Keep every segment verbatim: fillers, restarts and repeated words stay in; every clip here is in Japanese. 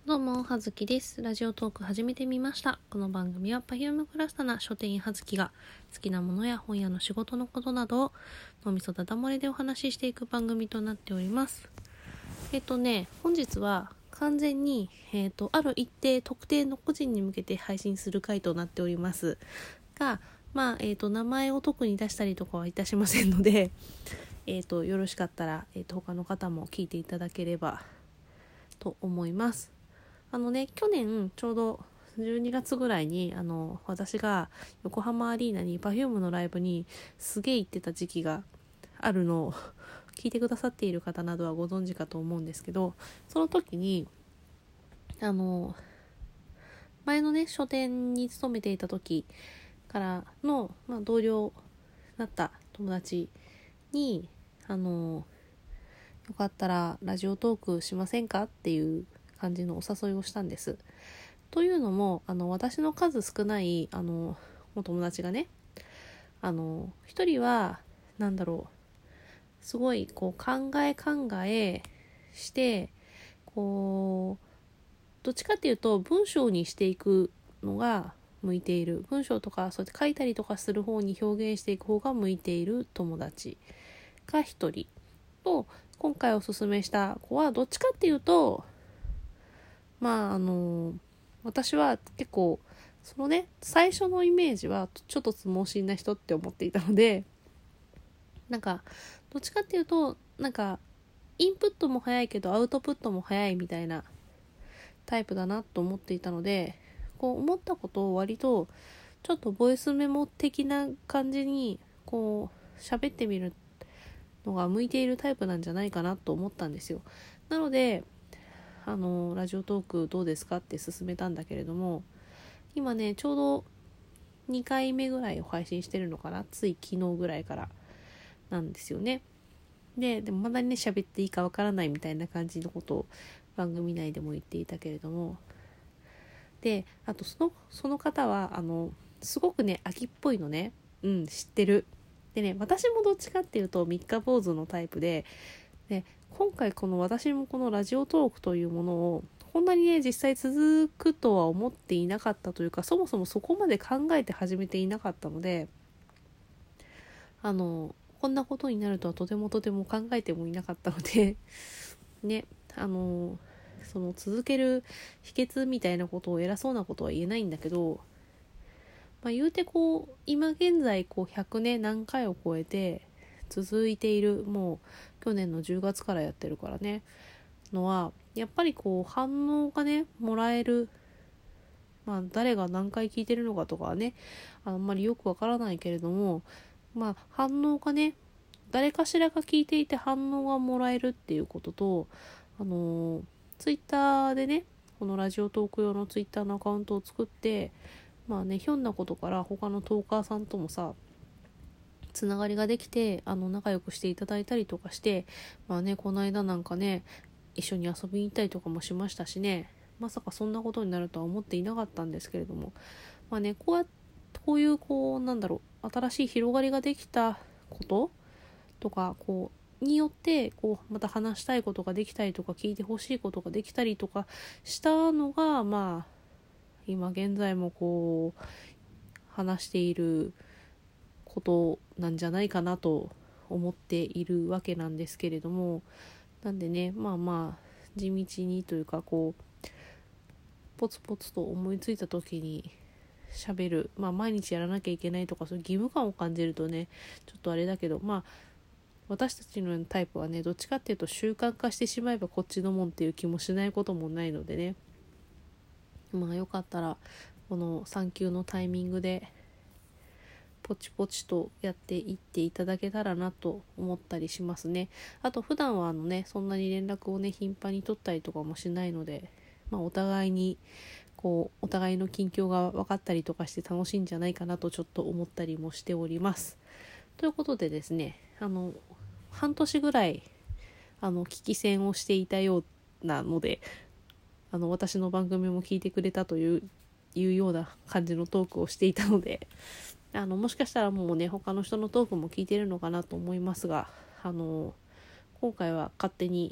どうも、はずきです。ラジオトーク始めてみました。この番組は Perfume クラスタな書店員はずきが好きなものや本屋の仕事のことなどを脳みそだだ漏れでお話ししていく番組となっております。えっとね、本日は完全に、えっと、ある一定特定の個人に向けて配信する回となっておりますが、まあ、えっと、名前を特に出したりとかはいたしませんので、えっと、よろしかったら、えっと、他の方も聞いていただければと思います。あのね、去年ちょうどじゅうにがつぐらいにあの私が横浜アリーナに Perfume のライブにすげえ行ってた時期があるのを聞いてくださっている方などはご存知かと思うんですけど、その時にあの前のね書店に勤めていた時からの、まあ、同僚だった友達にあのよかったらラジオトークしませんかっていう感じのお誘いをしたんです。というのも、あの私の数少ないあのお友達がね、あの一人はなんだろう、すごいこう考え考えしてこうどっちかっていうと文章にしていくのが向いている、文章とかそうやって書いたりとかする方に表現していく方が向いている友達が一人と、今回おすすめした子はどっちかっていうと、まああの私は結構そのね最初のイメージはちょっとつ盲信な人って思っていたので、なんかどっちかっていうとなんかインプットも早いけどアウトプットも早いみたいなタイプだなと思っていたので、こう思ったことを割とちょっとボイスメモ的な感じにこう喋ってみるのが向いているタイプなんじゃないかなと思ったんですよ。なのであのラジオトークどうですかって勧めたんだけれども、今ねちょうどにかいめぐらいを配信してるのかな、つい昨日ぐらいからなんですよね。ででもまだね喋っていいかわからないみたいな感じのことを番組内でも言っていたけれども、であとそのその方はあのすごくね秋っぽいのね、うん知ってる。でね、私もどっちかっていうと三日坊主のタイプで、で今回この私もこのラジオトークというものをこんなにね実際続くとは思っていなかったというか、そもそもそこまで考えて始めていなかったので、あのこんなことになるとはとてもとても考えてもいなかったのでね、あのその続ける秘訣みたいなことを偉そうなことは言えないんだけど、まあ、言うてこう今現在こうひゃくねん何回を超えて続いている、もう去年のじゅうがつからやってるからねのは、やっぱりこう反応がねもらえる、まあ誰が何回聞いてるのかとかはねあんまりよくわからないけれども、まあ反応がね誰かしらが聞いていて反応がもらえるっていうことと、あのー、ツイッターでねこのラジオトーク用のツイッターのアカウントを作って、まあねひょんなことから他のトーカーさんともさつながりができて、あの仲良くしていただいたりとかして、まあねこの間なんかね一緒に遊びに行ったりとかもしましたしね、まさかそんなことになるとは思っていなかったんですけれども、まあねこうやこういうこうなんだろう新しい広がりができたこととかこうによってこうまた話したいことができたりとか聞いてほしいことができたりとかしたのが、まあ今現在もこう話していることなんじゃないかなと思っているわけなんですけれども、なんでねまあまあ地道にというかこうポツポツと思いついた時に喋る、まあ毎日やらなきゃいけないとかそういう義務感を感じるとねちょっとあれだけど、まあ私たちのようなタイプはねどっちかっていうと習慣化してしまえばこっちのもんっていう気もしないこともないのでね、まあよかったらこの産休のタイミングでポチポチとやっていっていただけたらなと思ったりしますね。あと普段はあのねそんなに連絡をね頻繁に取ったりとかもしないので、まあお互いにこうお互いの近況が分かったりとかして楽しいんじゃないかなとちょっと思ったりもしております。ということでですね、あの半年ぐらいあの聞き戦をしていたようなので、あの私の番組も聞いてくれたといういうような感じのトークをしていたので、あのもしかしたらもうね他の人のトークも聞いてるのかなと思いますが、あの今回は勝手に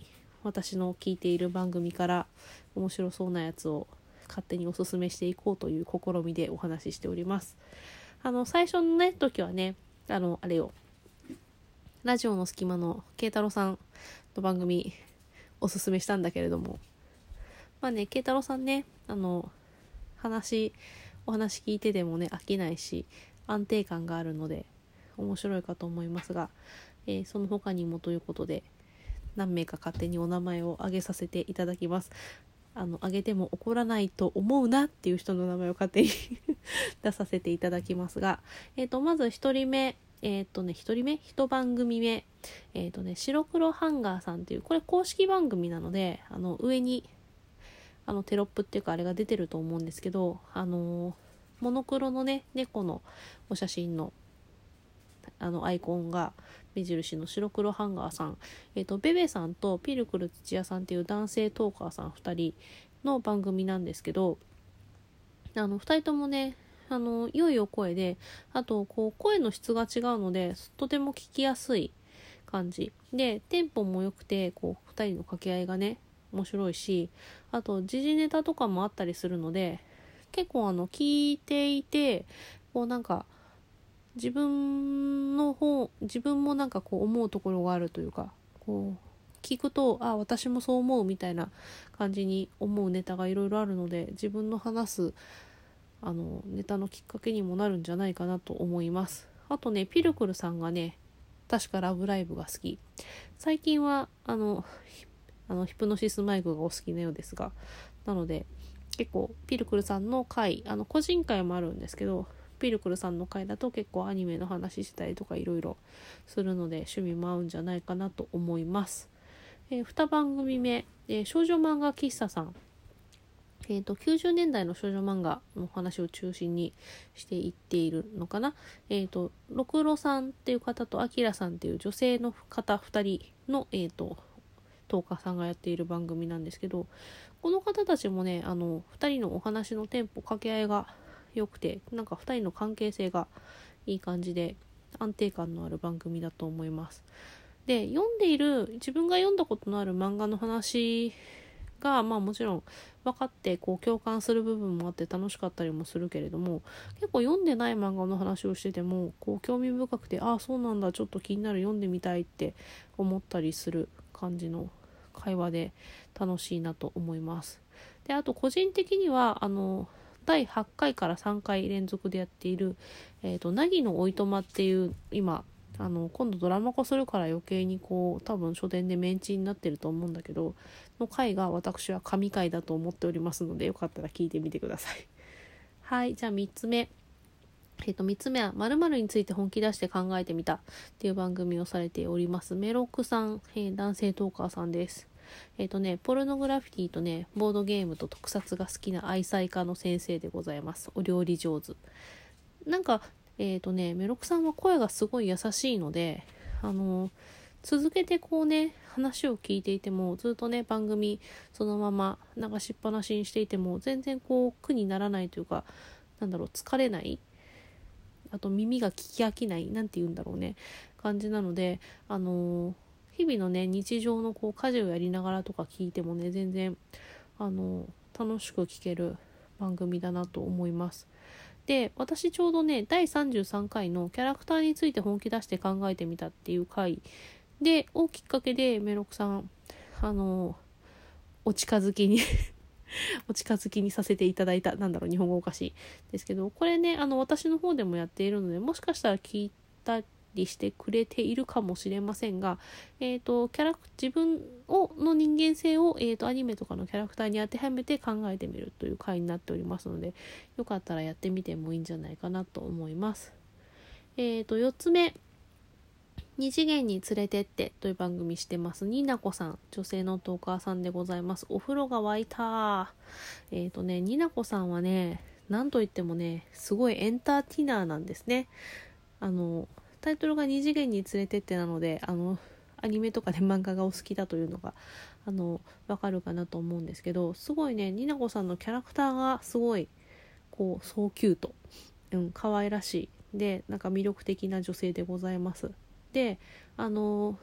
私の聞いている番組から面白そうなやつを勝手におすすめしていこうという試みでお話ししております。あの最初のね時はねあのあれよラジオの隙間の慶太郎さんの番組おすすめしたんだけれども、まあね慶太郎さんねあの話お話聞いてでもね飽きないし安定感があるので面白いかと思いますが、えー、その他にもということで何名か勝手にお名前を挙げさせていただきます。あの挙げても怒らないと思うなっていう人の名前を勝手に出させていただきますが、えーとまずひとりめえっ、ー、とねひとりめいち番組目えっ、ー、とね白黒ハンガーさんっていうこれ公式番組なのであの上にあのテロップっていうかあれが出てると思うんですけど、あのー、モノクロのね猫のお写真のあのアイコンが目印の白黒ハンガーさん、えっ、ー、とベベさんとピルクル土屋さんっていう男性トーカーさんふたりの番組なんですけど、あのふたりともねあの良いお声で、あとこう声の質が違うのでとても聞きやすい感じで、テンポも良くてこうふたりの掛け合いがね面白いし、あと時事ネタとかもあったりするので結構あの聞いていてこうなんか自分の方自分もなんかこう思うところがあるというか、こう聞くとあ私もそう思うみたいな感じに思うネタがいろいろあるので、自分の話すあのネタのきっかけにもなるんじゃないかなと思います。あとねピルクルさんがね確かラブライブが好き、最近はあのあのヒプノシスマイクがお好きなようですが、なので結構ピルクルさんの回あの個人回もあるんですけど、ピルクルさんの回だと結構アニメの話したりとかいろいろするので趣味も合うんじゃないかなと思います。えー、に番組目、えー、少女漫画喫茶さん、えーと、きゅうじゅうねんだいの少女漫画の話を中心にしていっているのかな。えーと六郎さんっていう方とアキラさんっていう女性の方ふたりの、えーとトーカーさんがやっている番組なんですけど、この方たちもねあのふたりのお話のテンポ掛け合いが良くて、なんかふたりの関係性がいい感じで安定感のある番組だと思います。で読んでいる自分が読んだことのある漫画の話がまあもちろん分かってこう共感する部分もあって楽しかったりもするけれども、結構読んでない漫画の話をしててもこう興味深くて、ああそうなんだちょっと気になる読んでみたいって思ったりする感じの会話で楽しいなと思います。であと個人的にはあのだいはちかいからさんかい連続でやっている、えーと、なぎのおいとまっていう今あの今度ドラマ化するから余計にこう多分書店でメンチになってると思うんだけどの回が私は神回だと思っておりますので、よかったら聞いてみてください。はい、じゃあみっつめ、えーとみっつめは〇〇について本気出して考えてみたっていう番組をされておりますメロックさん、えー、男性トーカーさんです。えっとね、ポルノグラフィティとね、ボードゲームと特撮が好きな愛妻家の先生でございます。お料理上手。なんか、えっとね、メロクさんは声がすごい優しいので、あの、続けてこうね、話を聞いていても、ずっとね、番組そのまま流しっぱなしにしていても、全然こう、苦にならないというか、なんだろう、疲れない。あと耳が聞き飽きない、なんて言うんだろうね、感じなので、あのー、日々のね日常のこう家事をやりながらとか聞いてもね全然あの楽しく聞ける番組だなと思います。で私ちょうどねだいさんじゅうさんかいのキャラクターについて本気出して考えてみたっていう回でをきっかけでメロクさんあのお近づきにお近づきにさせていただいた、なんだろう日本語おかしいですけど、これねあの私の方でもやっているのでもしかしたら聞いたりしてくれているかもしれませんが、えーと、キャラク自分をの人間性を、えーと、アニメとかのキャラクターに当てはめて考えてみるという回になっておりますので、よかったらやってみてもいいんじゃないかなと思います。えーと、よっつめ、二次元に連れてってという番組してますになこさん、女性のトーカーさんでございます。お風呂が沸いた。えーとねになこさんはねなんといってもねすごいエンターテイナーなんですね。あのタイトルが二次元に連れてってなので、あのアニメとかで漫画がお好きだというのがあのわかるかなと思うんですけど、すごいねになこさんのキャラクターがすごいこうそうキュート、うん、可愛らしいでなんか魅力的な女性でございます。であの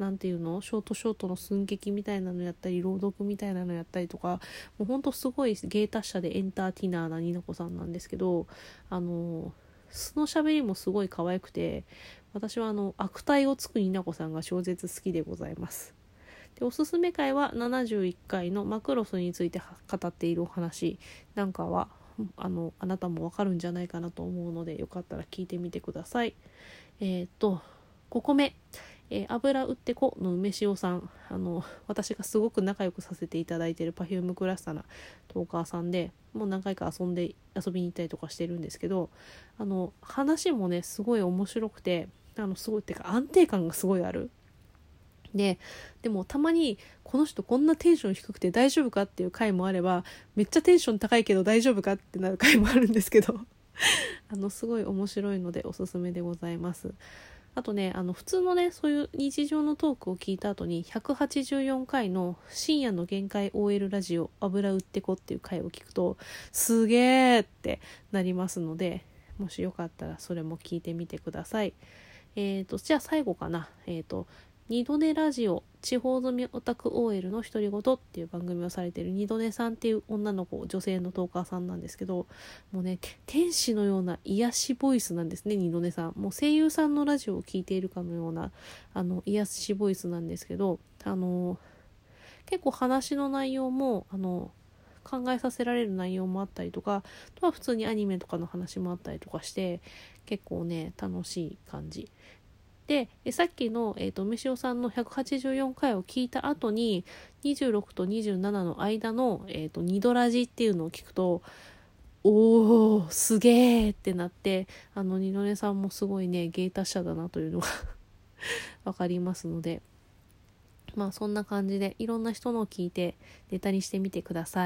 なんていうのショートショートの寸劇みたいなのやったり朗読みたいなのやったりとか、もうほんとすごい芸達者でエンターテイナーなになこさんなんですけど、あの素の喋りもすごい可愛くて、私はあの悪態をつくになこさんが超絶好きでございます。でおすすめ回はななじゅういっかいのマクロスについて語っているお話なんかはあのあなたもわかるんじゃないかなと思うので、よかったら聞いてみてください。えっ、ー、とごこめ、えー、油売ってこの梅塩さん、あの私がすごく仲良くさせていただいている Perfume クラスターなトーカーさんで、もう何回か遊んで遊びに行ったりとかしてるんですけど、あの話もねすごい面白くて、あのすごいってか安定感がすごいある。ででもたまにこの人こんなテンション低くて大丈夫かっていう回もあれば、めっちゃテンション高いけど大丈夫かってなる回もあるんですけどあのすごい面白いのでおすすめでございます。あとね、あの普通のねそういう日常のトークを聞いた後にひゃくはちじゅうよんかいの深夜の限界 オーエル ラジオ油売ってこっていう回を聞くとすげーってなりますので、もしよかったらそれも聞いてみてください。えーとじゃあ最後かな、えーと二度寝ラジオ地方住みオタク オーエル の独り言っていう番組をされている二度寝さんっていう女の子、女性のトーカーさんなんですけど、もうね天使のような癒しボイスなんですね。二度寝さんもう声優さんのラジオを聞いているかのようなあの癒しボイスなんですけど、あの結構話の内容もあの考えさせられる内容もあったりとか、あとは普通にアニメとかの話もあったりとかして、結構ね楽しい感じで、さっきの、えーと、梅塩さんのひゃくはちじゅうよんかいを聞いた後ににじゅうろくとにじゅうななの間の、えーと、にどラジっていうのを聞くと、おーすげーってなって、あの二度寝さんもすごいね芸達者だなというのがわかりますので、まあそんな感じでいろんな人のを聞いてネタにしてみてください。